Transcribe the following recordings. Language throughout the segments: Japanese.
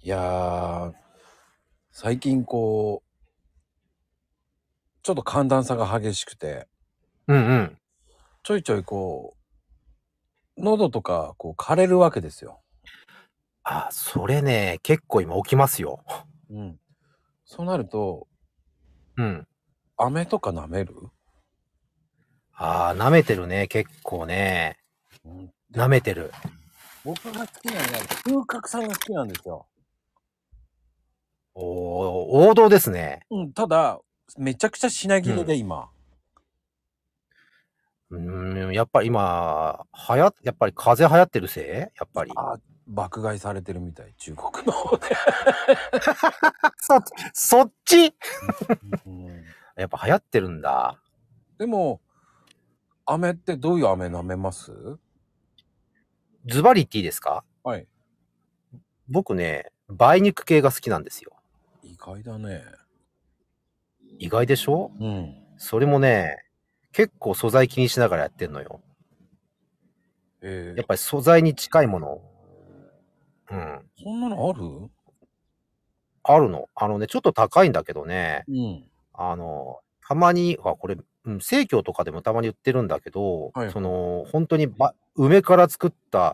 いやー、最近ちょっと寒暖差が激しくて、 うんうん。 ちょいちょい喉とか枯れるわけですよ。 あ、それね、結構今起きますよ。 うん。そうなると、 うん。 飴とか舐める？ ああ、舐めてるね、結構ね。 うん。で、 舐めてる。 僕が好きなのは、龍角散が好きなんですよ。 王道ですね。 うん、ただ、めちゃくちゃ品うん。 切れで今。 やっぱり今、やっぱり風邪流行ってるせいやっぱり。 爆買いされてるみたい、中国の方で。 そっちうん。 やっぱ流行ってるんだ。 でも、飴ってどういう飴舐めます？ ズバリ言っていいですか？ はい。 僕ね、梅肉系が好きなんですよ。 意外だね。 意外でしょ？ うん。 それもね、結構素材気にしながらやってんのよ。やっぱり素材に近いもの。うん。 そんなのある？ あるの。ちょっと高いんだけどね、 うん。 たまに、これ、生協とかでもたまに売ってるんだけど、 はいはい。 本当に梅から作った、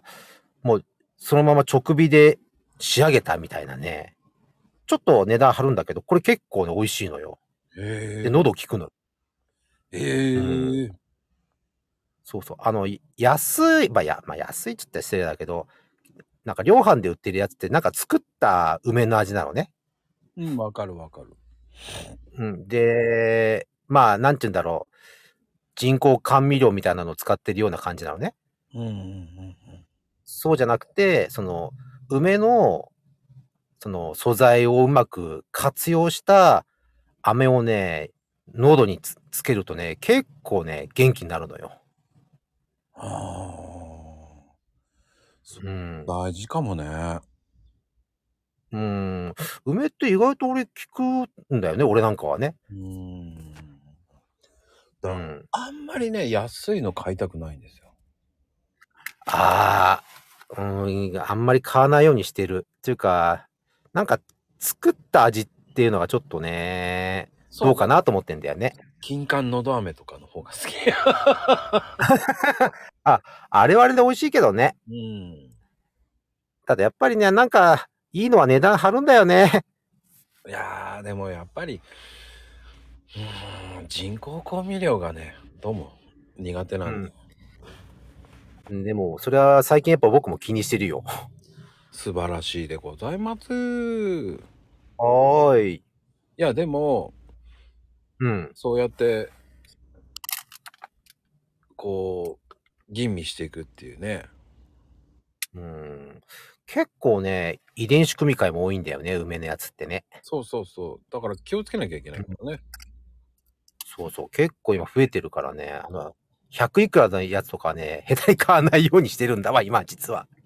もう、そのまま直火で仕上げたみたいなね。ちょっと値段張るんだけど、これ結構ね、美味しいのよ。で、 へえ。 喉効くの。うん。 ええ。 そうそう。安い、安いっつったら失礼だけど、なんか量販で売ってるやつって、なんか作った梅の味なのね。 うん、わかるわかる。 うん。で、まあ、なんて言うんだろう。人工甘味料みたいなのを使ってるような感じなのね。 うんうんうんそうじゃなくて、梅の、素材をうまく活用した飴をね、喉につけるとね、結構ね、元気になるのよ。 うん。ああ。 うん。 大事かもね。 うん。梅って意外と俺効くんだよね、俺なんかはね。 うーん。だうん。 あんまりね、安いの買いたくないんですよ。 ああ、あんまり買わないようにしてる。っていうか、なんか作った味っていうのがちょっとね、 そう、 どうかなと思ってんだよね。 金柑のど飴とかの方が好き。 あ、あれはあれで美味しいけどね。 うん。 ただやっぱりね、なんか、いいのは値段張るんだよね。 いやー、でもやっぱり、人工香味料がね、どうも苦手なんで。 うん。でも、それは最近やっぱ僕も気にしてるよ。 素晴らしいでございます。いはーい。 や、でも、 うん。 そうやって、吟味していくっていうね。 うん。結構ね、遺伝子組み換えも多いんだよね、梅のやつってね。 そうそうそう。だから気をつけなきゃいけなうん。 いからね。 そうそう、結構今増えてるからね、100いくらのやつとかね、下手に買わないようにしてるんだわ、今実は。